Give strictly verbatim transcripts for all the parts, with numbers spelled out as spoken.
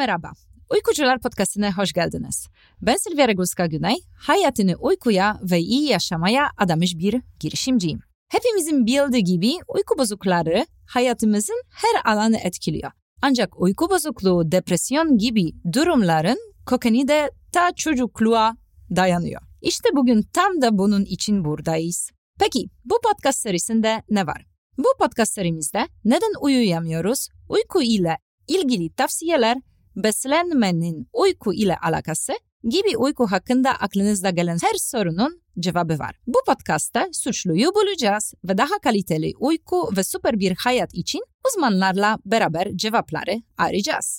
merhaba. Uykucular Podcast'ine hoş geldiniz. Ben Silvia Regulska-Güney, hayatını uykuya ve iyi yaşamaya adamış bir girişimciyim. Hepimizin bildiği gibi uyku bozuklukları hayatımızın her alanı etkiliyor. Ancak uyku bozukluğu, depresyon gibi durumların kökeni de ta çocukluğa dayanıyor. İşte bugün tam da bunun için buradayız. Peki bu podcast serisinde ne var? Bu podcast serimizde neden uyuyamıyoruz, uyku ile ilgili tavsiyeler, beslenmenin uyku ile alakası gibi uyku hakkında aklınızda gelen her sorunun cevabı var. Bu podcastta suçluyu bulacağız ve daha kaliteli uyku ve süper bir hayat için uzmanlarla beraber cevapları arayacağız.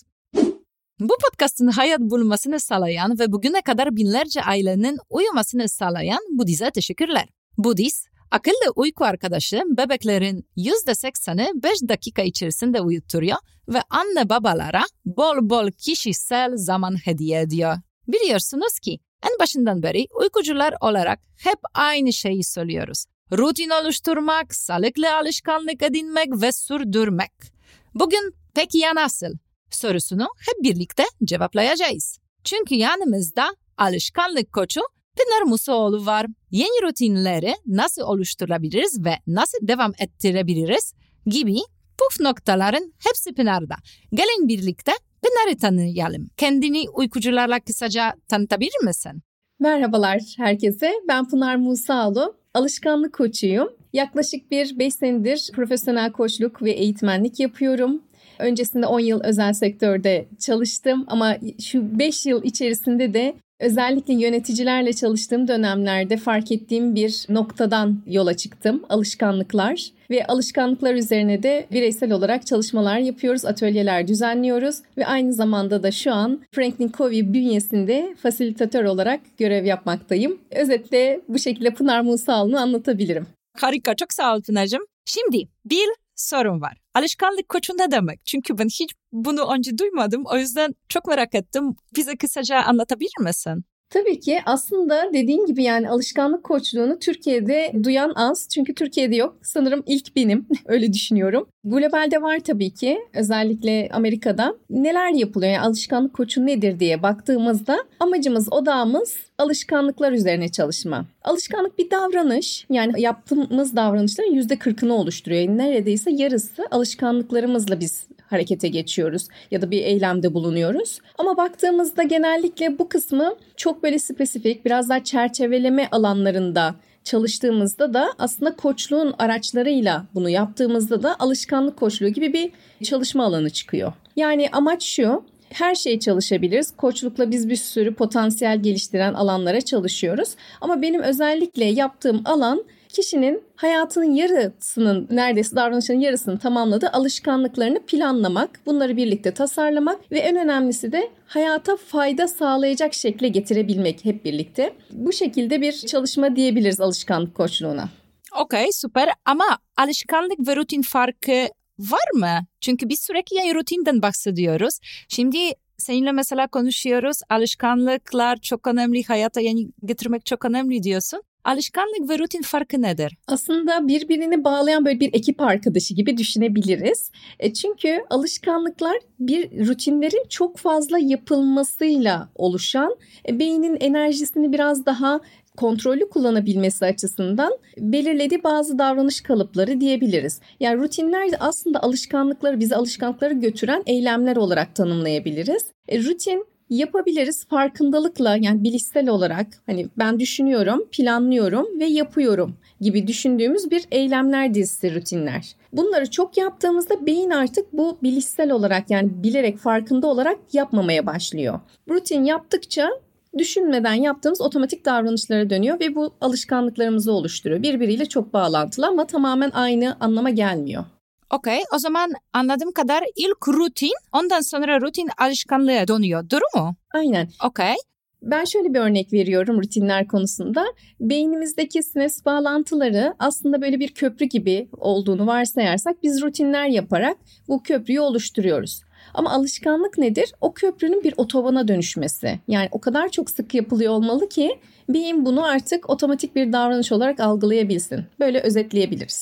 Bu podcastın hayat bulmasını sağlayan ve bugüne kadar binlerce ailenin uyumasını sağlayan Budiz'e teşekkürler. Budiz, akıllı uyku arkadaşı bebeklerin yüzde sekseni beş dakika içerisinde uyutuyor ve anne babalara bol bol kişisel zaman hediye ediyor. Biliyorsunuz ki en başından beri uykucular olarak hep aynı şeyi söylüyoruz. Rutin oluşturmak, sağlıklı alışkanlık edinmek ve sürdürmek. Bugün peki ya nasıl? Sorusunu hep birlikte cevaplayacağız. Çünkü yanımızda alışkanlık koçu Pınar Musaoğlu var. Yeni rutinleri nasıl oluşturabiliriz ve nasıl devam ettirebiliriz gibi puf noktaların hepsi Pınar'da. Gelin birlikte Pınar'ı tanıyalım. Kendini uykucularla kısaca tanıtabilir misin? Merhabalar herkese. Ben Pınar Musaoğlu. Alışkanlık koçuyum. Yaklaşık bir beş senedir profesyonel koçluk ve eğitmenlik yapıyorum. Öncesinde on yıl özel sektörde çalıştım ama şu beş yıl içerisinde de özellikle yöneticilerle çalıştığım dönemlerde fark ettiğim bir noktadan yola çıktım. Alışkanlıklar ve alışkanlıklar üzerine de bireysel olarak çalışmalar yapıyoruz, atölyeler düzenliyoruz ve aynı zamanda da şu an Franklin Covey bünyesinde fasilitatör olarak görev yapmaktayım. Özetle bu şekilde Pınar Musaoğlu'nu anlatabilirim. Harika, çok sağ ol Pınar'cığım. Şimdi bir sorun var. Alışkanlık koçu ne demek? Çünkü ben hiç bunu önce duymadım. O yüzden çok merak ettim. Bize kısaca anlatabilir misin? Tabii ki aslında dediğin gibi yani alışkanlık koçluğunu Türkiye'de duyan az. Çünkü Türkiye'de yok. Sanırım ilk benim. Öyle düşünüyorum. Globalde var tabii ki. Özellikle Amerika'da. Neler yapılıyor? Yani alışkanlık koçu nedir diye baktığımızda amacımız, odağımız alışkanlıklar üzerine çalışma. Alışkanlık bir davranış. Yani yaptığımız davranışların yüzde kırkını oluşturuyor. Yani neredeyse yarısı alışkanlıklarımızla biz harekete geçiyoruz ya da bir eylemde bulunuyoruz. Ama baktığımızda genellikle bu kısmı çok böyle spesifik, biraz daha çerçeveleme alanlarında çalıştığımızda da aslında koçluğun araçlarıyla bunu yaptığımızda da alışkanlık koçluğu gibi bir çalışma alanı çıkıyor. Yani amaç şu, her şeye çalışabiliriz. Koçlukla biz bir sürü potansiyel geliştiren alanlara çalışıyoruz. Ama benim özellikle yaptığım alan kişinin hayatının yarısının, neredeyse davranışının yarısını tamamladığı alışkanlıklarını planlamak, bunları birlikte tasarlamak ve en önemlisi de hayata fayda sağlayacak şekle getirebilmek hep birlikte. Bu şekilde bir çalışma diyebiliriz alışkanlık koçluğuna. Okey, süper, ama alışkanlık ve rutin farkı var mı? Çünkü biz sürekli rutinden bahsediyoruz. Şimdi seninle mesela konuşuyoruz. Alışkanlıklar çok önemli, hayata yani getirmek çok önemli diyorsun. Alışkanlık ve rutin farkı nedir? Aslında birbirini bağlayan böyle bir ekip arkadaşı gibi düşünebiliriz. E çünkü alışkanlıklar bir rutinlerin çok fazla yapılmasıyla oluşan, e, beynin enerjisini biraz daha kontrollü kullanabilmesi açısından belirlediği bazı davranış kalıpları diyebiliriz. Yani rutinler aslında alışkanlıkları, bizi alışkanlıkları götüren eylemler olarak tanımlayabiliriz. E, rutin yapabiliriz farkındalıkla, yani bilişsel olarak, hani ben düşünüyorum, planlıyorum ve yapıyorum gibi düşündüğümüz bir eylemler dizisi rutinler. Bunları çok yaptığımızda beyin artık bu bilişsel olarak, yani bilerek, farkında olarak yapmamaya başlıyor. Rutin yaptıkça düşünmeden yaptığımız otomatik davranışlara dönüyor ve bu alışkanlıklarımızı oluşturuyor. Birbiriyle çok bağlantılı ama tamamen aynı anlama gelmiyor. Okey, o zaman anladığım kadar ilk rutin, ondan sonra rutin alışkanlığa dönüyor. Doğru mu? Aynen. Okey. Ben şöyle bir örnek veriyorum rutinler konusunda. Beynimizdeki sinüs bağlantıları aslında böyle bir köprü gibi olduğunu varsayarsak biz rutinler yaparak bu köprüyü oluşturuyoruz. Ama alışkanlık nedir? O köprünün bir otobana dönüşmesi. Yani o kadar çok sık yapılıyor olmalı ki beyin bunu artık otomatik bir davranış olarak algılayabilsin. Böyle özetleyebiliriz.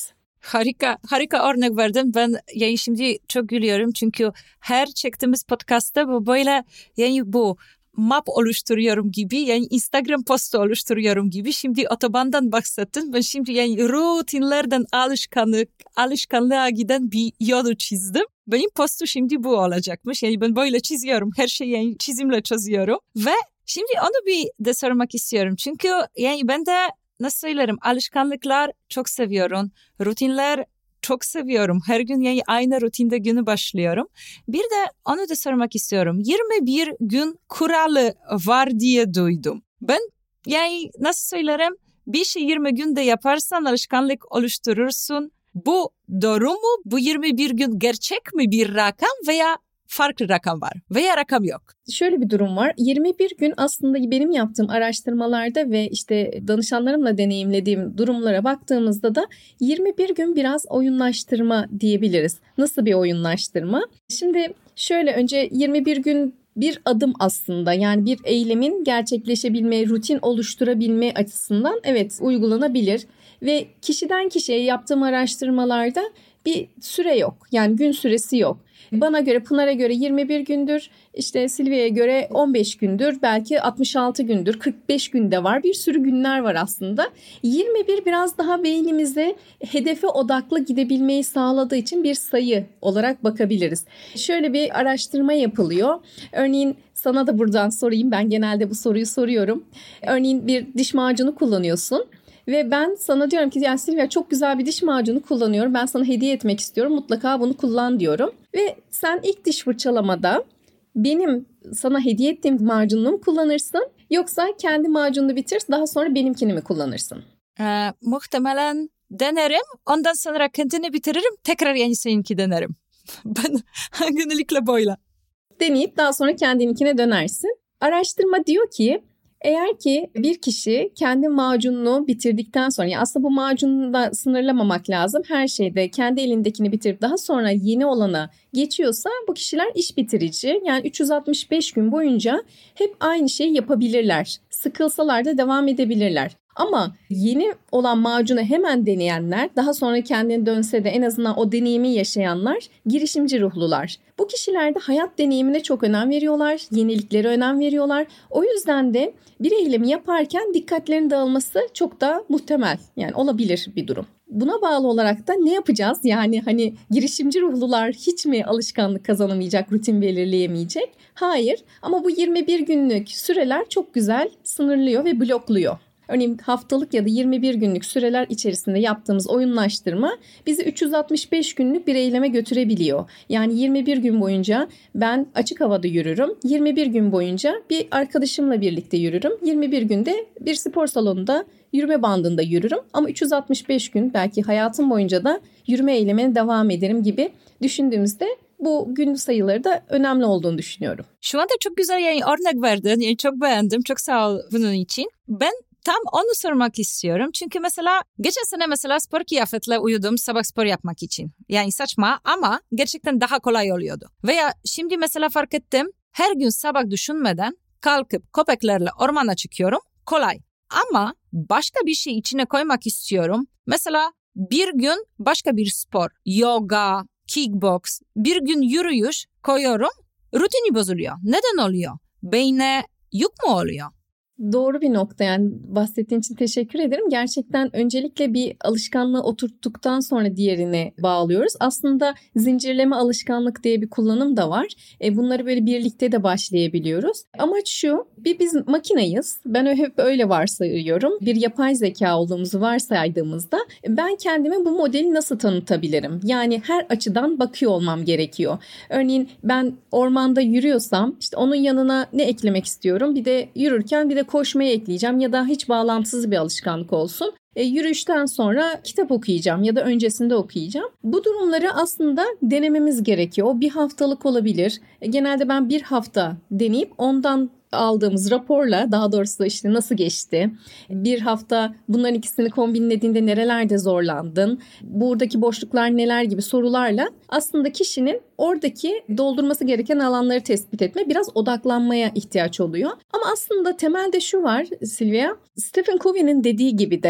Harika, harika örnek verdin. Ben yani şimdi çok gülüyorum çünkü her çektiğimiz podcastta bu böyle yani bu map oluşturuyorum gibi, yani Instagram postu oluşturuyorum gibi. Şimdi otobandan bahsettin. Ben şimdi yani rutinlerden alışkanlık, alışkanlığa giden bir yolu çizdim. Benim postu şimdi bu olacakmış. Yani ben böyle çiziyorum. Her şeyi yani çizimle çiziyorum. Ve şimdi onu bir de sormak istiyorum. Çünkü yani ben de nasıl söylerim, alışkanlıklar çok seviyorum. Rutinler çok seviyorum. Her gün yani aynı rutinde günü başlıyorum. Bir de onu da sormak istiyorum. yirmi bir gün kuralı var diye duydum. Ben yani nasıl söylerim, bir şey yirmi günde yaparsan alışkanlık oluşturursun. Bu doğru mu? Bu yirmi bir gün gerçek mi bir rakam veya farklı rakam var veya rakam yok? Şöyle bir durum var. yirmi bir gün aslında benim yaptığım araştırmalarda ve işte danışanlarımla deneyimlediğim durumlara baktığımızda da yirmi bir gün biraz oyunlaştırma diyebiliriz. Nasıl bir oyunlaştırma? Şimdi şöyle, önce yirmi bir gün bir adım aslında, yani bir eylemin gerçekleşebilme, rutin oluşturabilme açısından evet uygulanabilir ve kişiden kişiye yaptığım araştırmalarda bir süre yok, yani gün süresi yok. Bana göre, Pınar'a göre yirmi bir gündür, işte Silvia'ya göre on beş gündür, belki altmış altı gündür, kırk beş günde var. Bir sürü günler var aslında. yirmi bir biraz daha beynimize hedefe odaklı gidebilmeyi sağladığı için bir sayı olarak bakabiliriz. Şöyle bir araştırma yapılıyor. Örneğin sana da buradan sorayım, ben genelde bu soruyu soruyorum. Örneğin bir diş macunu kullanıyorsun. Ve ben sana diyorum ki ya Silvia, çok güzel bir diş macunu kullanıyorum. Ben sana hediye etmek istiyorum. Mutlaka bunu kullan diyorum. Ve sen ilk diş fırçalamada benim sana hediye ettiğim macununu mu kullanırsın? Yoksa kendi macununu bitir, daha sonra benimkini mi kullanırsın? Ee, muhtemelen denerim. Ondan sonra kendini bitiririm. Tekrar yani seninki denerim. Ben genellikle böyle. Deneyip daha sonra kendininkine dönersin. Araştırma diyor ki, eğer ki bir kişi kendi macununu bitirdikten sonra, yani aslında bu macunu da sınırlamamak lazım. Her şeyde kendi elindekini bitirip daha sonra yeni olana geçiyorsa bu kişiler iş bitirici. Yani üç yüz altmış beş gün boyunca hep aynı şeyi yapabilirler. Sıkılsalar da devam edebilirler. Ama yeni olan macunu hemen deneyenler, daha sonra kendine dönse de en azından o deneyimi yaşayanlar girişimci ruhlular. Bu kişiler de hayat deneyimine çok önem veriyorlar, yeniliklere önem veriyorlar. O yüzden de bir eylemi yaparken dikkatlerinin dağılması çok da muhtemel, yani olabilir bir durum. Buna bağlı olarak da ne yapacağız? Yani hani girişimci ruhlular hiç mi alışkanlık kazanamayacak, rutin belirleyemeyecek? Hayır, ama bu yirmi bir günlük süreler çok güzel sınırlıyor ve blokluyor. Örneğin haftalık ya da yirmi bir günlük süreler içerisinde yaptığımız oyunlaştırma bizi üç yüz altmış beş günlük bir eyleme götürebiliyor. Yani yirmi bir gün boyunca ben açık havada yürürüm. yirmi bir gün boyunca bir arkadaşımla birlikte yürürüm. yirmi bir günde bir spor salonunda yürüme bandında yürürüm. Ama üç yüz altmış beş gün belki hayatım boyunca da yürüme eylemine devam ederim gibi düşündüğümüzde bu gün sayıları da önemli olduğunu düşünüyorum. Şu anda çok güzel yani örnek verdin. Yani çok beğendim. Çok sağ ol bunun için. Ben tam onu sormak istiyorum. Çünkü mesela geçen sene mesela spor kıyafetle uyudum sabah spor yapmak için. Yani saçma ama gerçekten daha kolay oluyordu. Veya şimdi mesela fark ettim. Her gün sabah düşünmeden kalkıp köpeklerle ormana çıkıyorum. Kolay. Ama başka bir şey içine koymak istiyorum. Mesela bir gün başka bir spor. Yoga, kickbox, bir gün yürüyüş koyuyorum. Rutini bozuluyor. Neden oluyor? Beyne yük mü oluyor? Doğru bir nokta, yani bahsettiğin için teşekkür ederim. Gerçekten öncelikle bir alışkanlığı oturttuktan sonra diğerine bağlıyoruz. Aslında zincirleme alışkanlık diye bir kullanım da var. E bunları böyle birlikte de başlayabiliyoruz. Amaç şu, bir biz makineyiz. Ben hep öyle varsayıyorum. Bir yapay zeka olduğumuzu varsaydığımızda ben kendime bu modeli nasıl tanıtabilirim? Yani her açıdan bakıyor olmam gerekiyor. Örneğin ben ormanda yürüyorsam işte onun yanına ne eklemek istiyorum? Bir de yürürken bir de koşmayı ekleyeceğim ya da hiç bağlantısız bir alışkanlık olsun. E, yürüyüşten sonra kitap okuyacağım ya da öncesinde okuyacağım. Bu durumları aslında denememiz gerekiyor. O bir haftalık olabilir. E, genelde ben bir hafta deneyip ondan aldığımız raporla, daha doğrusu işte nasıl geçti, bir hafta bunların ikisini kombinlediğinde nerelerde zorlandın, buradaki boşluklar neler gibi sorularla aslında kişinin oradaki doldurması gereken alanları tespit etme, biraz odaklanmaya ihtiyaç oluyor. Ama aslında temelde şu var Silvia, Stephen Covey'nin dediği gibi de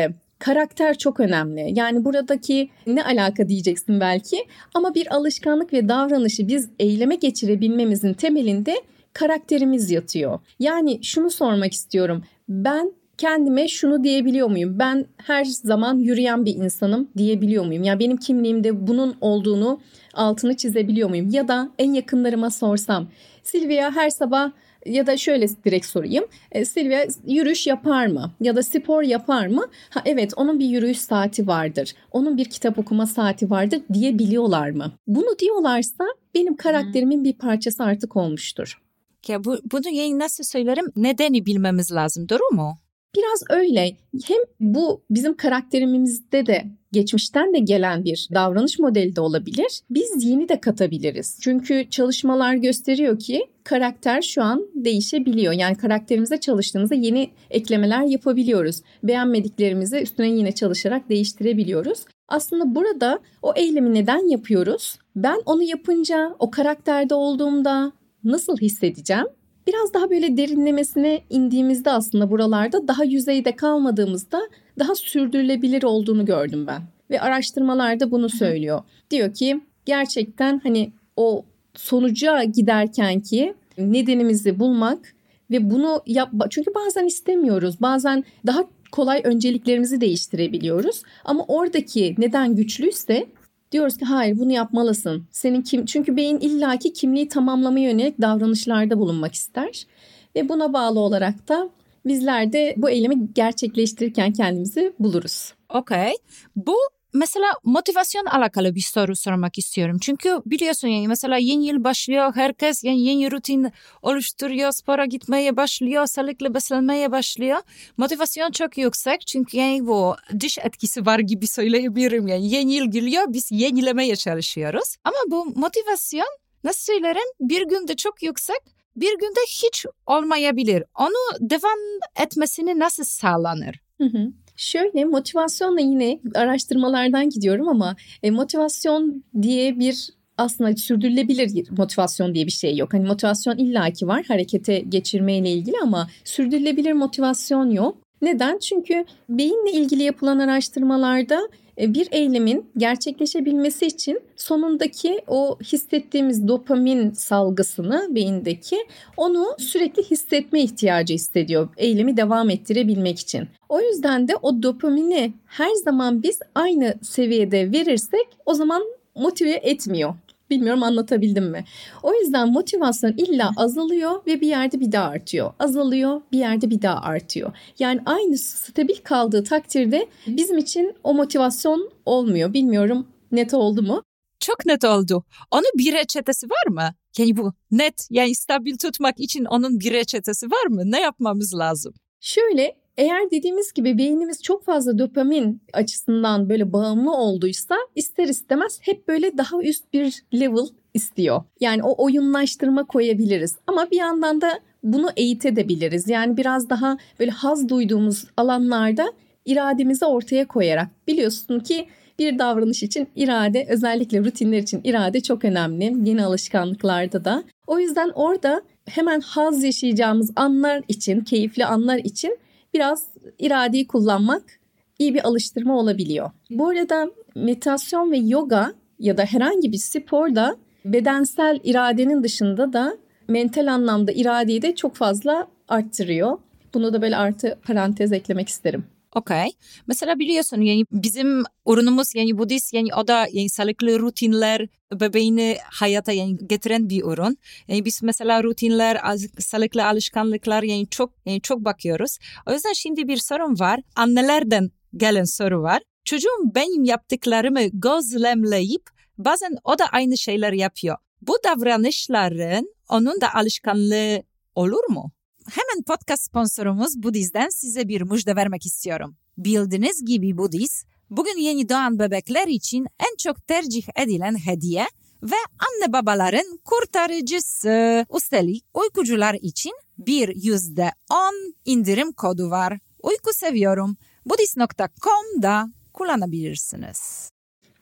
karakter çok önemli. Yani buradaki ne alaka diyeceksin belki ama bir alışkanlık ve davranışı biz eyleme geçirebilmemizin temelinde karakterimiz yatıyor. Yani şunu sormak istiyorum. Ben kendime şunu diyebiliyor muyum? Ben her zaman yürüyen bir insanım diyebiliyor muyum? Yani benim kimliğimde bunun olduğunu altını çizebiliyor muyum? Ya da en yakınlarıma sorsam, Silvia her sabah ya da şöyle direkt sorayım. E, Silvia yürüyüş yapar mı? Ya da spor yapar mı? Ha evet, onun bir yürüyüş saati vardır. Onun bir kitap okuma saati vardır diyebiliyorlar mı? Bunu diyorlarsa benim karakterimin bir parçası artık olmuştur. Ya bu, bunu yine nasıl söylerim? Nedeni bilmemiz lazım, doğru mu? Biraz öyle. Hem bu bizim karakterimizde de geçmişten de gelen bir davranış modeli de olabilir. Biz yeni de katabiliriz. Çünkü çalışmalar gösteriyor ki karakter şu an değişebiliyor. Yani karakterimize çalıştığımızda yeni eklemeler yapabiliyoruz. Beğenmediklerimizi üstüne yine çalışarak değiştirebiliyoruz. Aslında burada o eylemi neden yapıyoruz? Ben onu yapınca, o karakterde olduğumda nasıl hissedeceğim? Biraz daha böyle derinlemesine indiğimizde aslında buralarda daha yüzeyde kalmadığımızda daha sürdürülebilir olduğunu gördüm ben. Ve araştırmalar da bunu söylüyor. Diyor ki gerçekten hani o sonuca giderken ki nedenimizi bulmak ve bunu yap, çünkü bazen istemiyoruz. Bazen daha kolay önceliklerimizi değiştirebiliyoruz. Ama oradaki neden güçlüyse diyoruz ki hayır, bunu yapmalısın. Senin kim? Çünkü beyin illaki kimliği tamamlamaya yönelik davranışlarda bulunmak ister. Ve buna bağlı olarak da bizler de bu eylemi gerçekleştirirken kendimizi buluruz. Okey. Bu mesela motivasyon alakalı bir soru sormak istiyorum. Çünkü biliyorsun yani mesela yeni yıl başlıyor. Herkes yani yeni rutin oluşturuyor. Spora gitmeye başlıyor. Sağlıklı beslenmeye başlıyor. Motivasyon çok yüksek. Çünkü yani bu dış etkisi var gibi söyleyebilirim. Yani yeni yıl geliyor. Biz yenilemeye çalışıyoruz. Ama bu motivasyon nasıl söylerim? Bir günde çok yüksek. Bir günde hiç olmayabilir. Onu devam etmesini nasıl sağlanır? Hı hı. Şöyle, motivasyonla yine araştırmalardan gidiyorum ama e, motivasyon diye bir aslında sürdürülebilir motivasyon diye bir şey yok. Hani motivasyon illaki var harekete geçirmeyle ilgili ama sürdürülebilir motivasyon yok. Neden? Çünkü beyinle ilgili yapılan araştırmalarda bir eylemin gerçekleşebilmesi için sonundaki o hissettiğimiz dopamin salgısını beyindeki onu sürekli hissetme ihtiyacı hissediyor eylemi devam ettirebilmek için. O yüzden de o dopamini her zaman biz aynı seviyede verirsek o zaman motive etmiyor. Bilmiyorum anlatabildim mi? O yüzden motivasyon illa azalıyor ve bir yerde bir daha artıyor. Azalıyor, bir yerde bir daha artıyor. Yani aynı stabil kaldığı takdirde bizim için o motivasyon olmuyor. Bilmiyorum net oldu mu? Çok net oldu. Onun bir reçetesi var mı? Yani bu net, yani stabil tutmak için onun bir reçetesi var mı? Ne yapmamız lazım? Şöyle, eğer dediğimiz gibi beynimiz çok fazla dopamin açısından böyle bağımlı olduysa ister istemez hep böyle daha üst bir level istiyor. Yani o oyunlaştırma koyabiliriz ama bir yandan da bunu eğitebiliriz. Yani biraz daha böyle haz duyduğumuz alanlarda irademizi ortaya koyarak, biliyorsun ki bir davranış için irade, özellikle rutinler için irade çok önemli. Yeni alışkanlıklarda da. O yüzden orada hemen haz yaşayacağımız anlar için, keyifli anlar için biraz iradeyi kullanmak iyi bir alıştırma olabiliyor. Bu arada meditasyon ve yoga ya da herhangi bir sporda bedensel iradenin dışında da mental anlamda iradeyi de çok fazla arttırıyor. Bunu da böyle artı parantez eklemek isterim. Okey. Mesela biliyorsun yani bizim ürünümüz yani Budist yani o da yani sağlıklı rutinler bebeğini hayata yani getiren bir ürün. Yani biz mesela rutinler, sağlıklı alışkanlıklar yani çok yani çok bakıyoruz. O yüzden şimdi bir sorun var. Annelerden gelen soru var. Çocuğum benim yaptıklarımı gözlemleyip bazen o da aynı şeyler yapıyor. Bu davranışların onun da alışkanlığı olur mu? Hemen podcast sponsorumuz Budist'den size bir müjde vermek istiyorum. Bildiğiniz gibi Budist, bugün yeni doğan bebekler için en çok tercih edilen hediye ve anne babaların kurtarıcısı. Üstelik uykucular için bir yüzde on indirim kodu var. Uyku seviyorum. budist nokta com'da kullanabilirsiniz.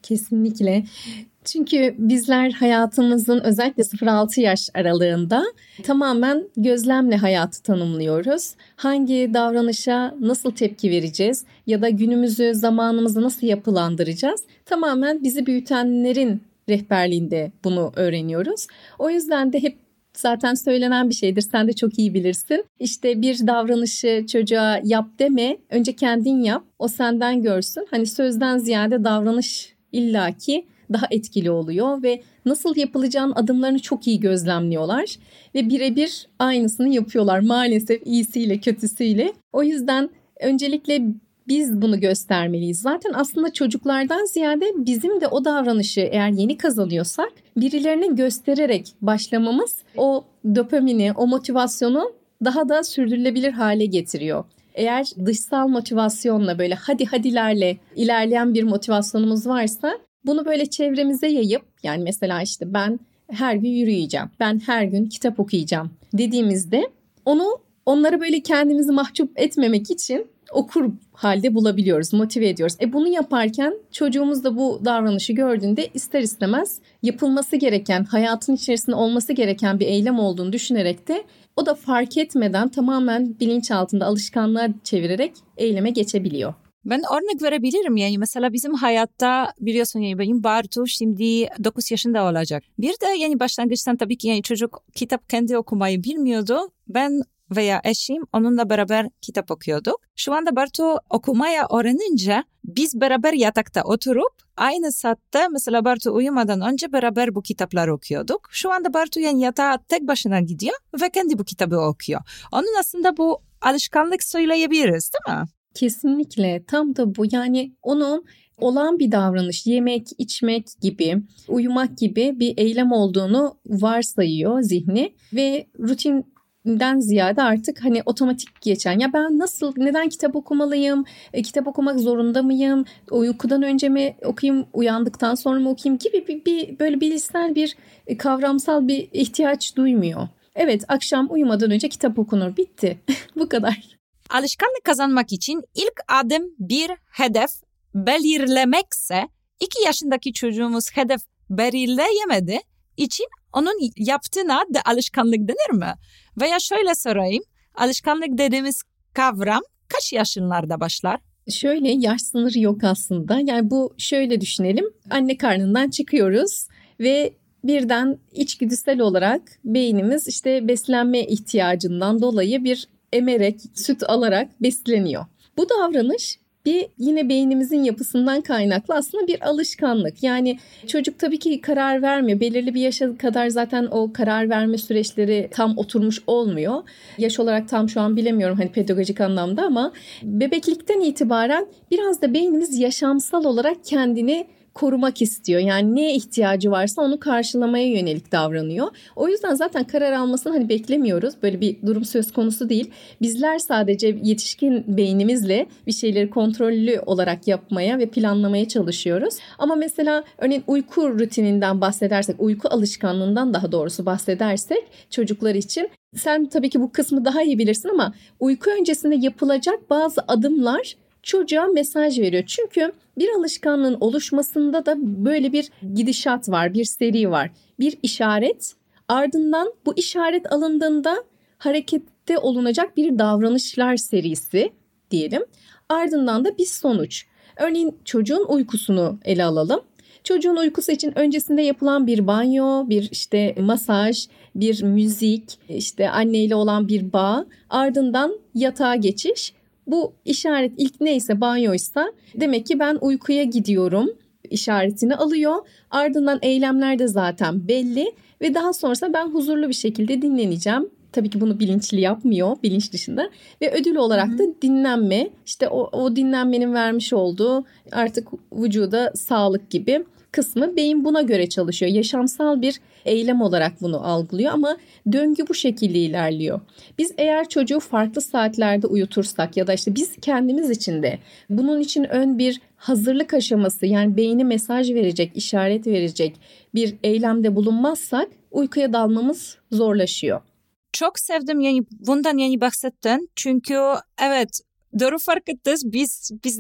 Kesinlikle. Çünkü bizler hayatımızın özellikle sıfır altı yaş aralığında tamamen gözlemle hayatı tanımlıyoruz. Hangi davranışa nasıl tepki vereceğiz ya da günümüzü, zamanımızı nasıl yapılandıracağız? Tamamen bizi büyütenlerin rehberliğinde bunu öğreniyoruz. O yüzden de hep zaten söylenen bir şeydir. Sen de çok iyi bilirsin. İşte bir davranışı çocuğa yap deme, önce kendin yap. O senden görsün. Hani sözden ziyade davranış illaki daha etkili oluyor ve nasıl yapılacağın adımlarını çok iyi gözlemliyorlar ve birebir aynısını yapıyorlar maalesef, iyisiyle kötüsüyle. O yüzden öncelikle biz bunu göstermeliyiz. Zaten aslında çocuklardan ziyade bizim de o davranışı eğer yeni kazanıyorsak birilerine göstererek başlamamız o dopamini, o motivasyonu daha da sürdürülebilir hale getiriyor. Eğer dışsal motivasyonla böyle hadi hadilerle ilerleyen bir motivasyonumuz varsa bunu böyle çevremize yayıp, yani mesela işte ben her gün yürüyeceğim, ben her gün kitap okuyacağım dediğimizde onu onlara böyle kendimizi mahcup etmemek için okur halde bulabiliyoruz, motive ediyoruz. E bunu yaparken çocuğumuz da bu davranışı gördüğünde ister istemez yapılması gereken, hayatın içerisinde olması gereken bir eylem olduğunu düşünerek de o da fark etmeden tamamen bilinçaltında alışkanlığa çevirerek eyleme geçebiliyor. Ben örnek verebilirim, yani mesela bizim hayatta biliyorsun, yani benim Bartu şimdi dokuz yaşında olacak. Bir de yani başlangıçtan tabii ki yani çocuk kitap kendi okumayı bilmiyordu. Ben veya eşim onunla beraber kitap okuyorduk. Şu anda Bartu okumaya öğrenince biz beraber yatakta oturup aynı saatte mesela Bartu uyumadan önce beraber bu kitapları okuyorduk. Şu anda Bartu yani yatağa tek başına gidiyor ve kendi bu kitabı okuyor. Onun aslında bu alışkanlık söyleyebiliriz, değil mi? Kesinlikle, tam da bu. Yani onun olan bir davranış, yemek, içmek gibi, uyumak gibi bir eylem olduğunu varsayıyor zihni ve rutinden ziyade artık hani otomatik geçen, ya ben nasıl, neden kitap okumalıyım, e, kitap okumak zorunda mıyım, uykudan önce mi okuyayım, uyandıktan sonra mı okuyayım gibi bir, bir böyle bilişsel bir e, kavramsal bir ihtiyaç duymuyor. Evet, akşam uyumadan önce kitap okunur, bitti. Bu kadar. Alışkanlık kazanmak için ilk adım bir hedef belirlemekse, iki yaşındaki çocuğumuz hedef belirleyemedi için onun yaptığına da alışkanlık denir mi? Veya şöyle sorayım, alışkanlık dediğimiz kavram kaç yaşlarda başlar? Şöyle, yaş sınırı yok aslında. Yani bu, şöyle düşünelim, anne karnından çıkıyoruz ve birden içgüdüsel olarak beynimiz işte beslenme ihtiyacından dolayı bir emerek, süt alarak besleniyor. Bu davranış bir yine beynimizin yapısından kaynaklı aslında bir alışkanlık. Yani çocuk tabii ki karar vermiyor. Belirli bir yaşa kadar zaten o karar verme süreçleri tam oturmuş olmuyor. Yaş olarak tam şu an bilemiyorum hani pedagojik anlamda, ama bebeklikten itibaren biraz da beynimiz yaşamsal olarak kendini korumak istiyor. Yani neye ihtiyacı varsa onu karşılamaya yönelik davranıyor. O yüzden zaten karar almasını hani beklemiyoruz. Böyle bir durum söz konusu değil. Bizler sadece yetişkin beynimizle bir şeyleri kontrollü olarak yapmaya ve planlamaya çalışıyoruz. Ama mesela örneğin uyku rutininden bahsedersek, uyku alışkanlığından daha doğrusu bahsedersek çocuklar için, sen tabii ki bu kısmı daha iyi bilirsin ama uyku öncesinde yapılacak bazı adımlar çocuğa mesaj veriyor. Çünkü bir alışkanlığın oluşmasında da böyle bir gidişat var, bir seri var. Bir işaret, ardından bu işaret alındığında harekette olunacak bir davranışlar serisi diyelim. Ardından da bir sonuç. Örneğin çocuğun uykusunu ele alalım. Çocuğun uykusu için öncesinde yapılan bir banyo, bir işte masaj, bir müzik, işte anneyle olan bir bağ, ardından yatağa geçiş. Bu işaret ilk neyse, banyoysa, demek ki ben uykuya gidiyorum işaretini alıyor. Ardından eylemler de zaten belli ve daha sonrasında ben huzurlu bir şekilde dinleneceğim. Tabii ki bunu bilinçli yapmıyor, bilinç dışında, ve ödül olarak Hı-hı. da dinlenme, işte o, o dinlenmenin vermiş olduğu artık vücuda sağlık gibi kısmı, beyin buna göre çalışıyor. Yaşamsal bir eylem olarak bunu algılıyor ama döngü bu şekilde ilerliyor. Biz eğer çocuğu farklı saatlerde uyutursak ya da işte biz kendimiz için de bunun için ön bir hazırlık aşaması, yani beyni mesaj verecek, işaret verecek bir eylemde bulunmazsak uykuya dalmamız zorlaşıyor. Çok sevdim yani bundan yani bahsettin. Çünkü evet, doğru fark ettiniz. Biz, biz de hep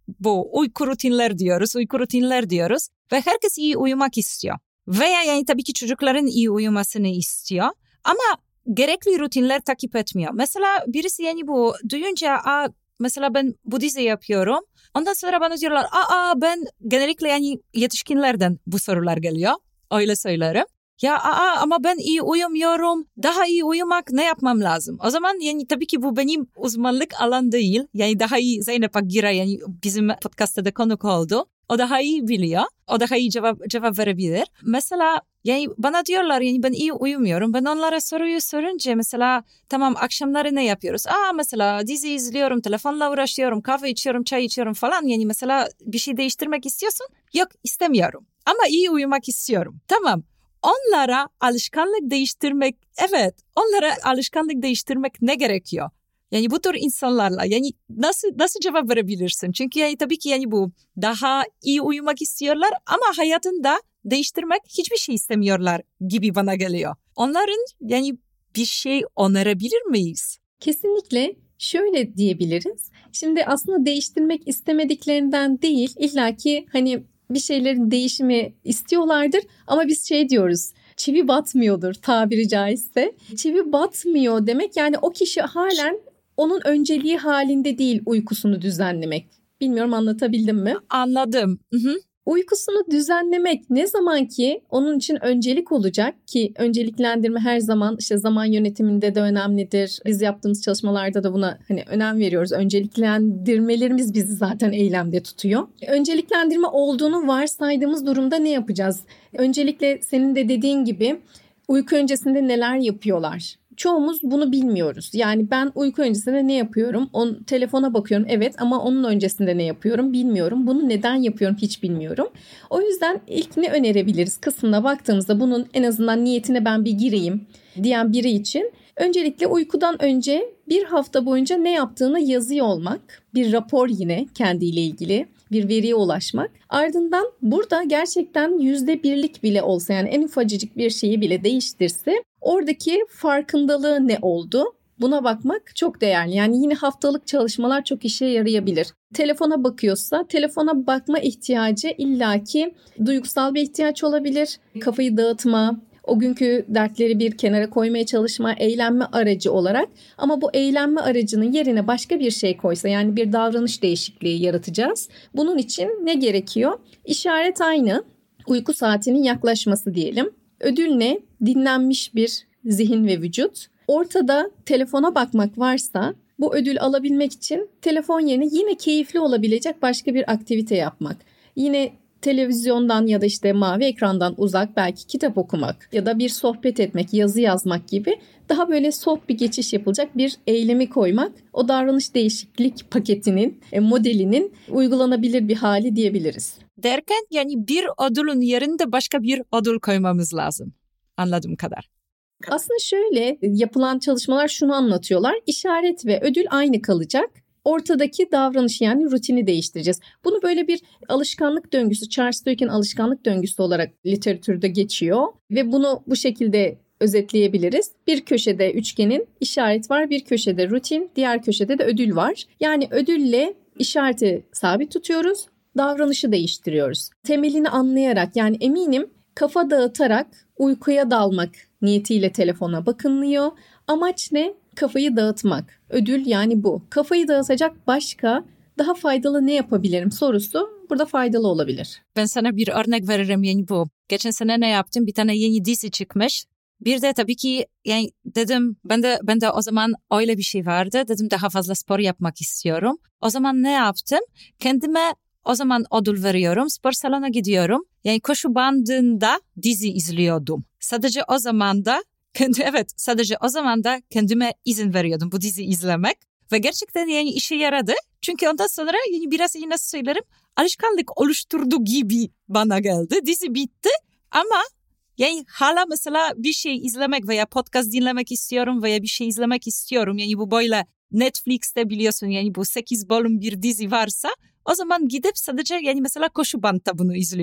bu uyku rutinler diyoruz, uyku rutinler diyoruz ve herkes iyi uyumak istiyor. Veya yani tabii ki çocukların iyi uyumasını istiyor ama gerekli rutinler takip etmiyor. Mesela birisi yani bu duyunca aa, mesela ben bu dizi yapıyorum. Ondan sonra bana diyorlar aa ben genellikle yani yetişkinlerden bu sorular geliyor. Öyle söylerim. Ya aa ama ben iyi uyumuyorum. Daha iyi uyumak ne yapmam lazım? O zaman yani tabii ki bu benim uzmanlık alan değil. Yani daha iyi Zeynep Akgira yani bizim podcast'ta da konuk oldu. O daha iyi biliyor. O daha iyi cevap, cevap verebilir. Mesela yani bana diyorlar yani ben iyi uyumuyorum. Ben onlara soruyu sorunca mesela tamam akşamları ne yapıyoruz? Aa mesela dizi izliyorum, telefonla uğraşıyorum, kahve içiyorum, çay içiyorum falan. Yani mesela bir şey değiştirmek istiyorsun? Yok istemiyorum. Ama iyi uyumak istiyorum. Tamam. Onlara alışkanlık değiştirmek, evet onlara alışkanlık değiştirmek ne gerekiyor? Yani bu tür insanlarla yani nasıl nasıl cevap verebilirsin? Çünkü yani tabii ki yani bu daha iyi uyumak istiyorlar ama hayatında değiştirmek hiçbir şey istemiyorlar gibi bana geliyor. Onların yani bir şey önerebilir miyiz? Kesinlikle şöyle diyebiliriz. Şimdi aslında değiştirmek istemediklerinden değil, illaki hani bir şeylerin değişimi istiyorlardır ama biz şey diyoruz. Çivi batmıyordur tabiri caizse. Çivi batmıyor demek yani o kişi halen onun önceliği halinde değil uykusunu düzenlemek. Bilmiyorum anlatabildim mi? Anladım. Hı hı. Uykusunu düzenlemek ne zaman ki onun için öncelik olacak ki önceliklendirme her zaman işte zaman yönetiminde de önemlidir. Biz yaptığımız çalışmalarda da buna hani önem veriyoruz. Önceliklendirmelerimiz bizi zaten eylemde tutuyor. Önceliklendirme olduğunu varsaydığımız durumda ne yapacağız? Öncelikle senin de dediğin gibi uyku öncesinde neler yapıyorlar? Çoğumuz bunu bilmiyoruz. Yani ben uyku öncesinde ne yapıyorum? On, telefona bakıyorum evet ama onun öncesinde ne yapıyorum bilmiyorum. Bunu neden yapıyorum hiç bilmiyorum. O yüzden ilk ne önerebiliriz kısmına baktığımızda bunun en azından niyetine ben bir gireyim diyen biri için öncelikle uykudan önce bir hafta boyunca ne yaptığını yazıyor olmak. Bir rapor yine kendiyle ilgili bir veriye ulaşmak. Ardından burada gerçekten yüzde birlik bile olsa yani en ufacık bir şeyi bile değiştirse oradaki farkındalığı ne oldu? Buna bakmak çok değerli. Yani yine haftalık çalışmalar çok işe yarayabilir. Telefona bakıyorsa telefona bakma ihtiyacı illaki duygusal bir ihtiyaç olabilir. Kafayı dağıtma, o günkü dertleri bir kenara koymaya çalışma, eğlenme aracı olarak. Ama bu eğlenme aracının yerine başka bir şey koysa yani bir davranış değişikliği yaratacağız. Bunun için ne gerekiyor? İşaret aynı. Uyku saatinin yaklaşması diyelim. Ödül ne? Dinlenmiş bir zihin ve vücut. Ortada telefona bakmak varsa bu ödül alabilmek için telefon yerine yine keyifli olabilecek başka bir aktivite yapmak. Yine televizyondan ya da işte mavi ekrandan uzak belki kitap okumak ya da bir sohbet etmek, yazı yazmak gibi daha böyle soft bir geçiş yapılacak bir eylemi koymak o davranış değişiklik paketinin, modelinin uygulanabilir bir hali diyebiliriz. Derken yani bir ödülün yerinde başka bir ödül koymamız lazım. Anladığım kadar. Aslında şöyle yapılan çalışmalar şunu anlatıyorlar. İşaret ve ödül aynı kalacak. Ortadaki davranış yani rutini değiştireceğiz. Bunu böyle bir alışkanlık döngüsü, Charles Duhigg'in alışkanlık döngüsü olarak literatürde geçiyor. Ve bunu bu şekilde özetleyebiliriz. Bir köşede üçgenin işaret var, bir köşede rutin, diğer köşede de ödül var. Yani ödülle işareti sabit tutuyoruz, davranışı değiştiriyoruz. Temelini anlayarak yani eminim kafa dağıtarak uykuya dalmak niyetiyle telefona bakınılıyor. Amaç ne? Kafayı dağıtmak. Ödül yani bu. Kafayı dağıtacak başka daha faydalı ne yapabilirim sorusu burada faydalı olabilir. Ben sana bir örnek veririm yani bu. Geçen sene ne yaptım? Bir tane yeni dizi çıkmış. Bir de tabii ki yani dedim ben de ben de o zaman öyle bir şey vardı. Dedim daha fazla spor yapmak istiyorum. O zaman ne yaptım? Kendime o zaman ödül veriyorum. Spor salona gidiyorum. Yani koşu bandında dizi izliyordum. Sadece o zaman da kendi evet sadece o zaman da kendime izin veriyordum bu dizi izlemek. Ve gerçekten yani işe yaradı. Çünkü ondan sonra yani biraz yine söylerim alışkanlık oluşturdu gibi bana geldi. Dizi bitti ama yani hala mesela bir şey izlemek veya podcast dinlemek istiyorum veya bir şey izlemek istiyorum. Yani bu böyle Netflix'te biliyorsun yani bu sekiz bölüm bir dizi varsa o zaman gidip sadece yani mesela koşu bandta bunu izliyorum.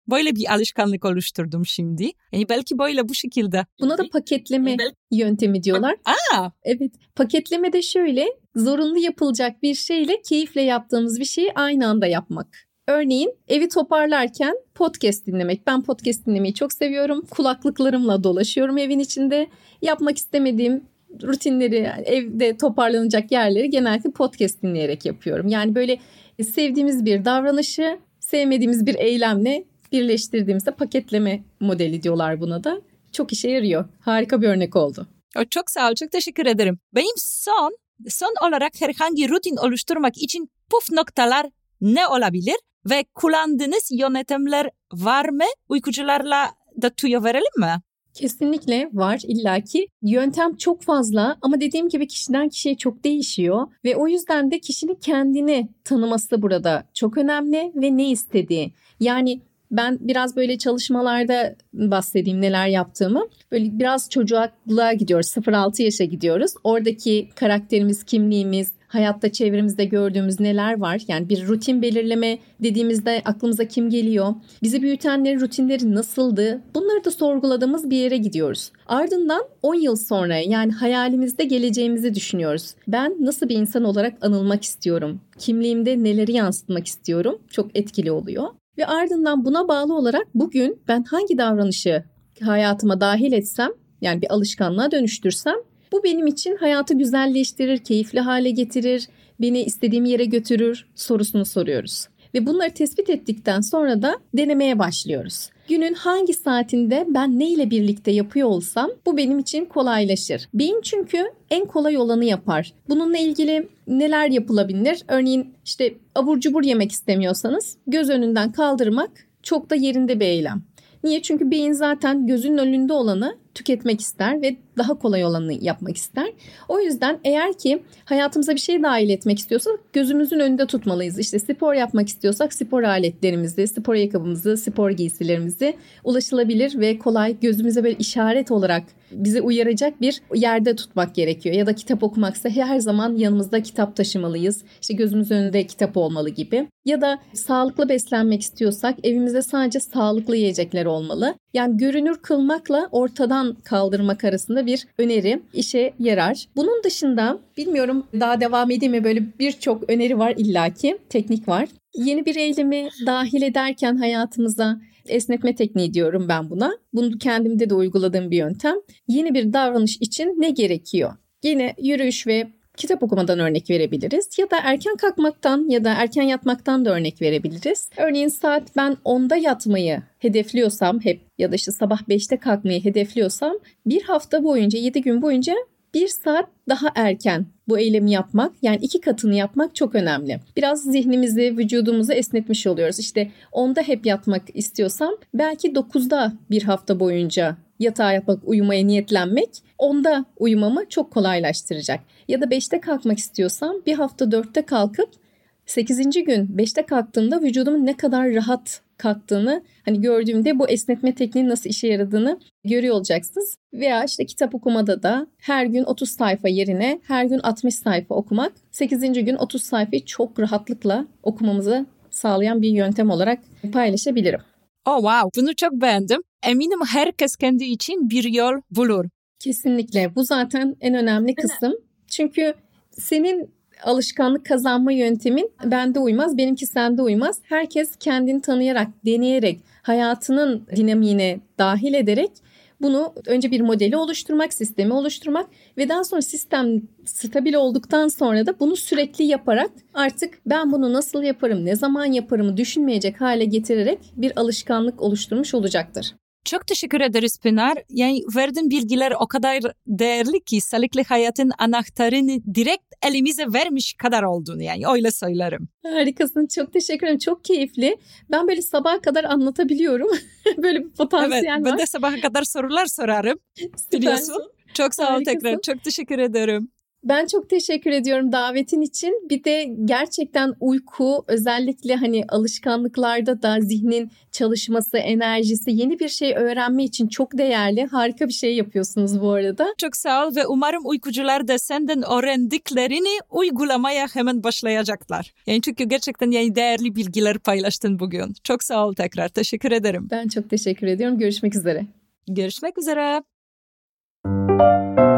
Böyle bir alışkanlık oluşturdum şimdi. Yani belki böyle bu şekilde. Buna da paketleme yöntemi diyorlar. Aa. Evet. Paketleme de şöyle, zorunlu yapılacak bir şeyle keyifle yaptığımız bir şeyi aynı anda yapmak. Örneğin evi toparlarken podcast dinlemek. Ben podcast dinlemeyi çok seviyorum. Kulaklıklarımla dolaşıyorum evin içinde. Yapmak istemediğim rutinleri, yani evde toparlanacak yerleri genellikle podcast dinleyerek yapıyorum. Yani böyle sevdiğimiz bir davranışı sevmediğimiz bir eylemle birleştirdiğimizde paketleme modeli diyorlar buna da. Çok işe yarıyor. Harika bir örnek oldu. Çok sağ ol, çok teşekkür ederim. Benim son, son olarak herhangi rutin oluşturmak için puf noktalar ne olabilir? Ve kullandığınız yöntemler var mı? Uykucularla da tüyo verelim mi? Kesinlikle var illaki. Yöntem çok fazla ama dediğim gibi kişiden kişiye çok değişiyor. Ve o yüzden de kişinin kendini tanıması burada çok önemli ve ne istediği. Yani ben biraz böyle çalışmalarda bahsedeyim neler yaptığımı. Böyle biraz çocukluğa gidiyoruz. sıfır altı yaşa gidiyoruz. Oradaki karakterimiz, kimliğimiz, hayatta çevremizde gördüğümüz neler var? Yani bir rutin belirleme dediğimizde aklımıza kim geliyor? Bizi büyütenlerin rutinleri nasıldı? Bunları da sorguladığımız bir yere gidiyoruz. Ardından on yıl sonra yani hayalimizde geleceğimizi düşünüyoruz. Ben nasıl bir insan olarak anılmak istiyorum? Kimliğimde neleri yansıtmak istiyorum? Çok etkili oluyor. Ve ardından buna bağlı olarak bugün ben hangi davranışı hayatıma dahil etsem, yani bir alışkanlığa dönüştürsem, bu benim için hayatı güzelleştirir, keyifli hale getirir, beni istediğim yere götürür sorusunu soruyoruz. Ve bunları tespit ettikten sonra da denemeye başlıyoruz. Günün hangi saatinde ben ne ile birlikte yapıyor olsam bu benim için kolaylaşır. Beyin çünkü en kolay olanı yapar. Bununla ilgili neler yapılabilir? Örneğin işte abur cubur yemek istemiyorsanız göz önünden kaldırmak çok da yerinde bir eylem. Niye? Çünkü beyin zaten gözünün önünde olanı tüketmek ister ve daha kolay olanı yapmak ister. O yüzden eğer ki hayatımıza bir şey dahil etmek istiyorsak gözümüzün önünde tutmalıyız. İşte spor yapmak istiyorsak spor aletlerimizi, spor ayakkabımızı, spor giysilerimizi ulaşılabilir ve kolay gözümüze böyle işaret olarak bizi uyaracak bir yerde tutmak gerekiyor. Ya da kitap okumaksa her zaman yanımızda kitap taşımalıyız. İşte gözümüzün önünde kitap olmalı gibi. Ya da sağlıklı beslenmek istiyorsak evimizde sadece sağlıklı yiyecekler olmalı. Yani görünür kılmakla ortadan kaldırmak arasında bir öneri işe yarar. Bunun dışında bilmiyorum daha devam edeyim mi, böyle birçok öneri var illaki, teknik var. Yeni bir eylemi dahil ederken hayatımıza esnetme tekniği diyorum ben buna. Bunu kendimde de uyguladığım bir yöntem. Yeni bir davranış için ne gerekiyor? Yine yürüyüş ve kitap okumadan örnek verebiliriz ya da erken kalkmaktan ya da erken yatmaktan da örnek verebiliriz. Örneğin saat ben onda yatmayı hedefliyorsam hep ya da işte sabah beşte kalkmayı hedefliyorsam bir hafta boyunca yedi gün boyunca bir saat daha erken bu eylemi yapmak, yani iki katını yapmak çok önemli. Biraz zihnimizi, vücudumuzu esnetmiş oluyoruz. İşte onda hep yatmak istiyorsam belki dokuzda bir hafta boyunca yatağa yatmak, uyumaya niyetlenmek onda uyumamı çok kolaylaştıracak. Ya da beşte kalkmak istiyorsam bir hafta dörtte kalkıp sekizinci gün beşte kalktığımda vücudumun ne kadar rahat kalktığını hani gördüğümde bu esnetme tekniğinin nasıl işe yaradığını görüyor olacaksınız. Veya işte kitap okumada da her gün otuz sayfa yerine her gün altmış sayfa okumak sekizinci gün otuz sayfayı çok rahatlıkla okumamızı sağlayan bir yöntem olarak paylaşabilirim. Oh wow, bunu çok beğendim. Eminim herkes kendi için bir yol bulur. Kesinlikle. Bu zaten en önemli kısım. Çünkü senin alışkanlık kazanma yöntemin bende uymaz, benimki sende uymaz. Herkes kendini tanıyarak, deneyerek, hayatının dinamiğine dahil ederek bunu önce bir modeli oluşturmak, sistemi oluşturmak ve daha sonra sistem stabil olduktan sonra da bunu sürekli yaparak artık ben bunu nasıl yaparım, ne zaman yaparımı düşünmeyecek hale getirerek bir alışkanlık oluşturmuş olacaktır. Çok teşekkür ederiz Pınar. Yani verdiğin bilgiler o kadar değerli ki sağlıklı hayatın anahtarını direkt elimize vermiş kadar olduğunu, yani öyle söylerim. Harikasın. Çok teşekkür ederim. Çok keyifli. Ben böyle sabaha kadar anlatabiliyorum. Böyle bir potansiyel evet, var. Evet, ben de sabaha kadar sorular sorarım. Biliyorsun. Çok sağ ol tekrar. Çok teşekkür ederim. Ben çok teşekkür ediyorum davetin için. Bir de gerçekten uyku, özellikle hani alışkanlıklarda da zihnin çalışması, enerjisi, yeni bir şey öğrenme için çok değerli. Harika bir şey yapıyorsunuz bu arada. Çok sağ ol ve umarım uykucular da senden öğrendiklerini uygulamaya hemen başlayacaklar. Yani çünkü gerçekten yani değerli bilgiler paylaştın bugün. Çok sağ ol tekrar. Teşekkür ederim. Ben çok teşekkür ediyorum. Görüşmek üzere. Görüşmek üzere.